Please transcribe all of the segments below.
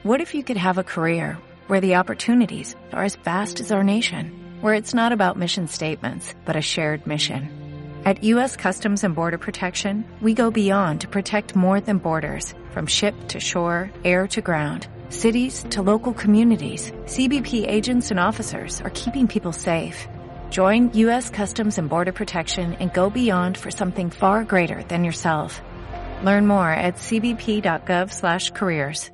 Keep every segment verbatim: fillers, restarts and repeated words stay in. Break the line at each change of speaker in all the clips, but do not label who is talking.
What if you could have a career where the opportunities are as vast as our nation, where it's not about mission statements, but a shared mission? At U S Customs and Border Protection, we go beyond to protect more than borders, from ship to shore, air to ground, cities to local communities. C B P agents and officers are keeping people safe. Join U S Customs and Border Protection and go beyond for something far greater than yourself. Learn more at c b p dot gov slash careers.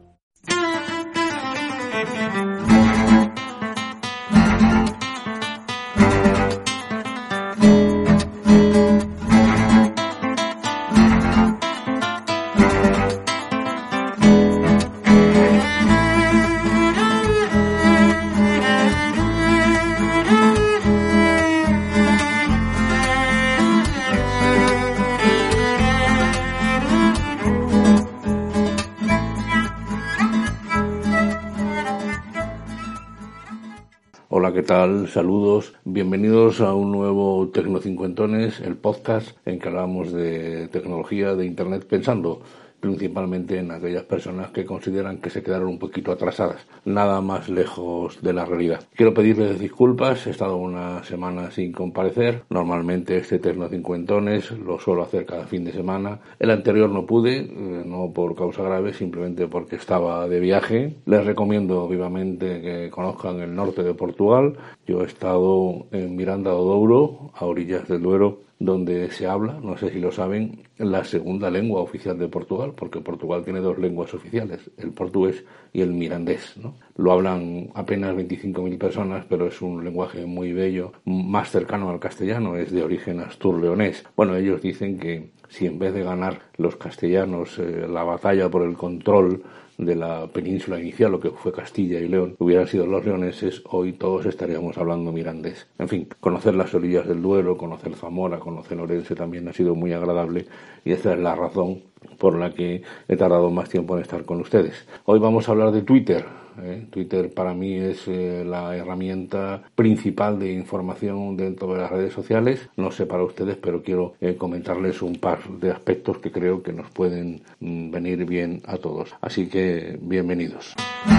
Hola, ¿qué tal? Saludos. Bienvenidos a un nuevo Tecnocincuentones, el podcast en que hablamos de tecnología, de Internet, pensando principalmente en aquellas personas que consideran que se quedaron un poquito atrasadas, nada más lejos de la realidad. Quiero pedirles disculpas, he estado una semana sin comparecer. Normalmente este Tecnocincuentones lo suelo hacer cada fin de semana. El anterior no pude, eh, no por causa grave, simplemente porque estaba de viaje. Les recomiendo vivamente que conozcan el norte de Portugal. Yo he estado en Miranda do Douro, a orillas del Duero, donde se habla, no sé si lo saben, la segunda lengua oficial de Portugal, porque Portugal tiene dos lenguas oficiales, el portugués y el mirandés, ¿no? Lo hablan apenas veinticinco mil personas, pero es un lenguaje muy bello, más cercano al castellano, es de origen astur-leonés. Bueno, ellos dicen que si en vez de ganar los castellanos eh, la batalla por el control de la península inicial, lo que fue Castilla y León, hubieran sido los leoneses, hoy todos estaríamos hablando mirandés. En fin, conocer las orillas del Duero, conocer Zamora, conocer Orense también ha sido muy agradable, y esta es la razón por la que he tardado más tiempo en estar con ustedes. Hoy vamos a hablar de Twitter. ¿eh? Twitter para mí es eh, la herramienta principal de información dentro de las redes sociales. No sé para ustedes, pero quiero eh, comentarles un par de aspectos que creo que nos pueden mm, venir bien a todos. Así que, bienvenidos.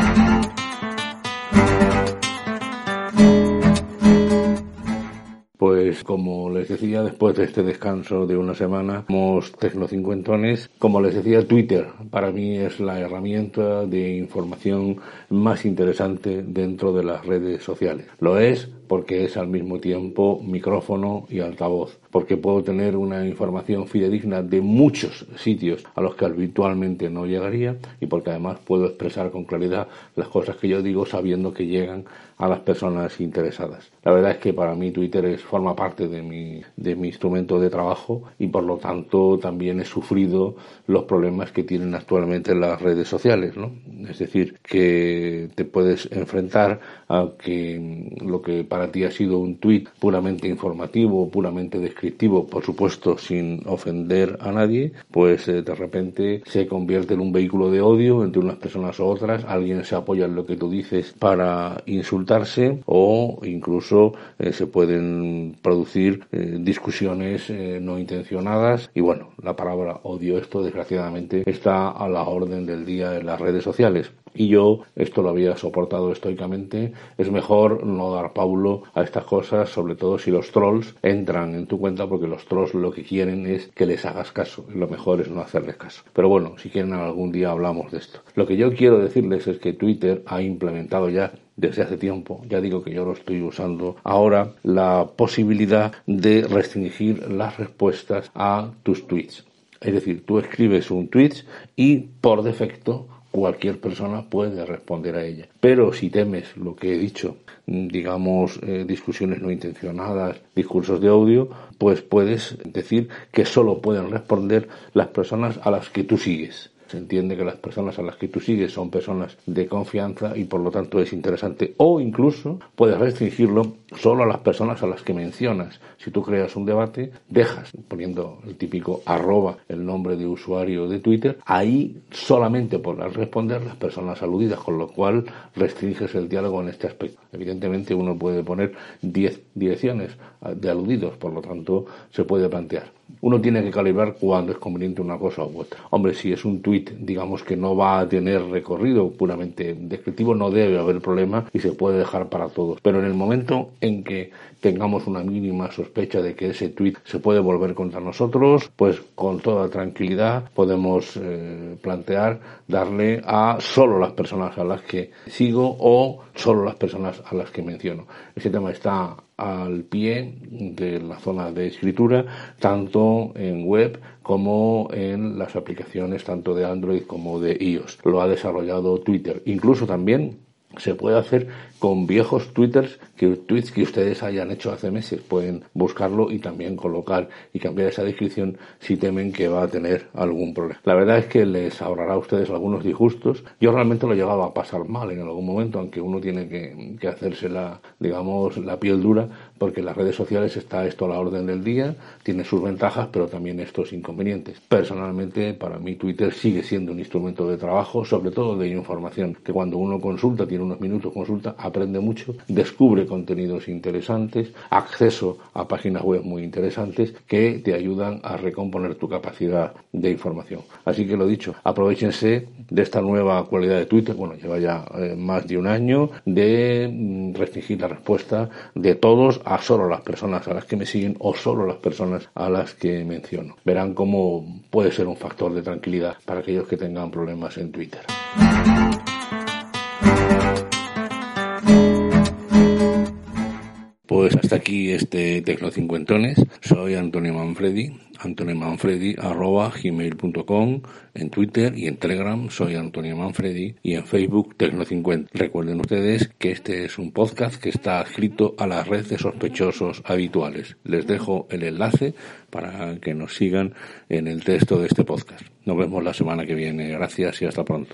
Pues como les decía, después de este descanso de una semana, somos Tecnocincuentones. Como les decía, Twitter para mí es la herramienta de información más interesante dentro de las redes sociales. Lo es porque es al mismo tiempo micrófono y altavoz, porque puedo tener una información fidedigna de muchos sitios a los que habitualmente no llegaría, y porque además puedo expresar con claridad las cosas que yo digo sabiendo que llegan a las personas interesadas. La verdad es que para mí Twitter es, forma parte de mi, de mi instrumento de trabajo, y por lo tanto también he sufrido los problemas que tienen actualmente las redes sociales, ¿no? Es decir, que te puedes enfrentar a que lo que para ti ha sido un tuit puramente informativo, puramente descriptivo, por supuesto sin ofender a nadie, pues eh, de repente se convierte en un vehículo de odio entre unas personas u otras. Alguien se apoya en lo que tú dices para insultarse, o incluso eh, se pueden producir eh, discusiones eh, no intencionadas. Y bueno, la palabra odio, esto desgraciadamente está a la orden del día en las redes sociales. Y yo esto lo había soportado estoicamente. Es mejor no dar paulo a estas cosas, sobre todo si los trolls entran en tu cuenta, porque los trolls lo que quieren es que les hagas caso, y lo mejor es no hacerles caso. Pero bueno, si quieren algún día hablamos de esto. Lo que yo quiero decirles es que Twitter ha implementado ya desde hace tiempo, ya digo que yo lo estoy usando ahora, la posibilidad de restringir las respuestas a tus tweets. Es decir, tú escribes un tweet y por defecto cualquier persona puede responder a ella. Pero si temes lo que he dicho, digamos, eh, discusiones no intencionadas, discursos de odio, pues puedes decir que solo pueden responder las personas a las que tú sigues. Se entiende que las personas a las que tú sigues son personas de confianza y por lo tanto es interesante. O incluso puedes restringirlo solo a las personas a las que mencionas. Si tú creas un debate, dejas, poniendo el típico arroba, el nombre de usuario de Twitter, ahí solamente podrás responder las personas aludidas, con lo cual restringes el diálogo en este aspecto. Evidentemente uno puede poner diez direcciones de aludidos, por lo tanto se puede plantear. uno tiene que calibrar cuando es conveniente una cosa u otra. Hombre, si es un tuit, digamos que no va a tener recorrido puramente descriptivo, no debe haber problema y se puede dejar para todos. Pero en el momento en que tengamos una mínima sospecha de que ese tuit se puede volver contra nosotros, pues con toda tranquilidad podemos eh, plantear darle a solo las personas a las que sigo o solo las personas a las que menciono. Ese tema está al pie de la zona de escritura, tanto en web como en las aplicaciones tanto de Android como de iOS. Lo ha desarrollado Twitter. Incluso también se puede hacer con viejos twitters, que, tweets que ustedes hayan hecho hace meses. Pueden buscarlo y también colocar y cambiar esa descripción si temen que va a tener algún problema. La verdad es que les ahorrará a ustedes algunos disgustos. Yo realmente lo he llegado a pasar mal en algún momento, aunque uno tiene que, que hacerse la, digamos, la piel dura, porque en las redes sociales está esto a la orden del día, tiene sus ventajas, pero también estos inconvenientes. Personalmente, para mí Twitter sigue siendo un instrumento de trabajo, sobre todo de información, que cuando uno consulta, tiene unos minutos, consulta, aprende mucho, descubre contenidos interesantes, acceso a páginas web muy interesantes que te ayudan a recomponer tu capacidad de información. Así que lo dicho, aprovéchense de esta nueva cualidad de Twitter, bueno, lleva ya eh, más de un año, de mm, restringir la respuesta de todos a solo las personas a las que me siguen o solo las personas a las que menciono. Verán cómo puede ser un factor de tranquilidad para aquellos que tengan problemas en Twitter. Pues hasta aquí este Tecnocincuentones. Soy Antonio Manfredi, antonio manfredi arroba gmail punto com, en Twitter y en Telegram soy Antonio Manfredi y en Facebook Tecnocincuenta. Recuerden ustedes que este es un podcast que está adscrito a la red de sospechosos habituales. Les dejo el enlace para que nos sigan en el texto de este podcast. Nos vemos la semana que viene. Gracias y hasta pronto.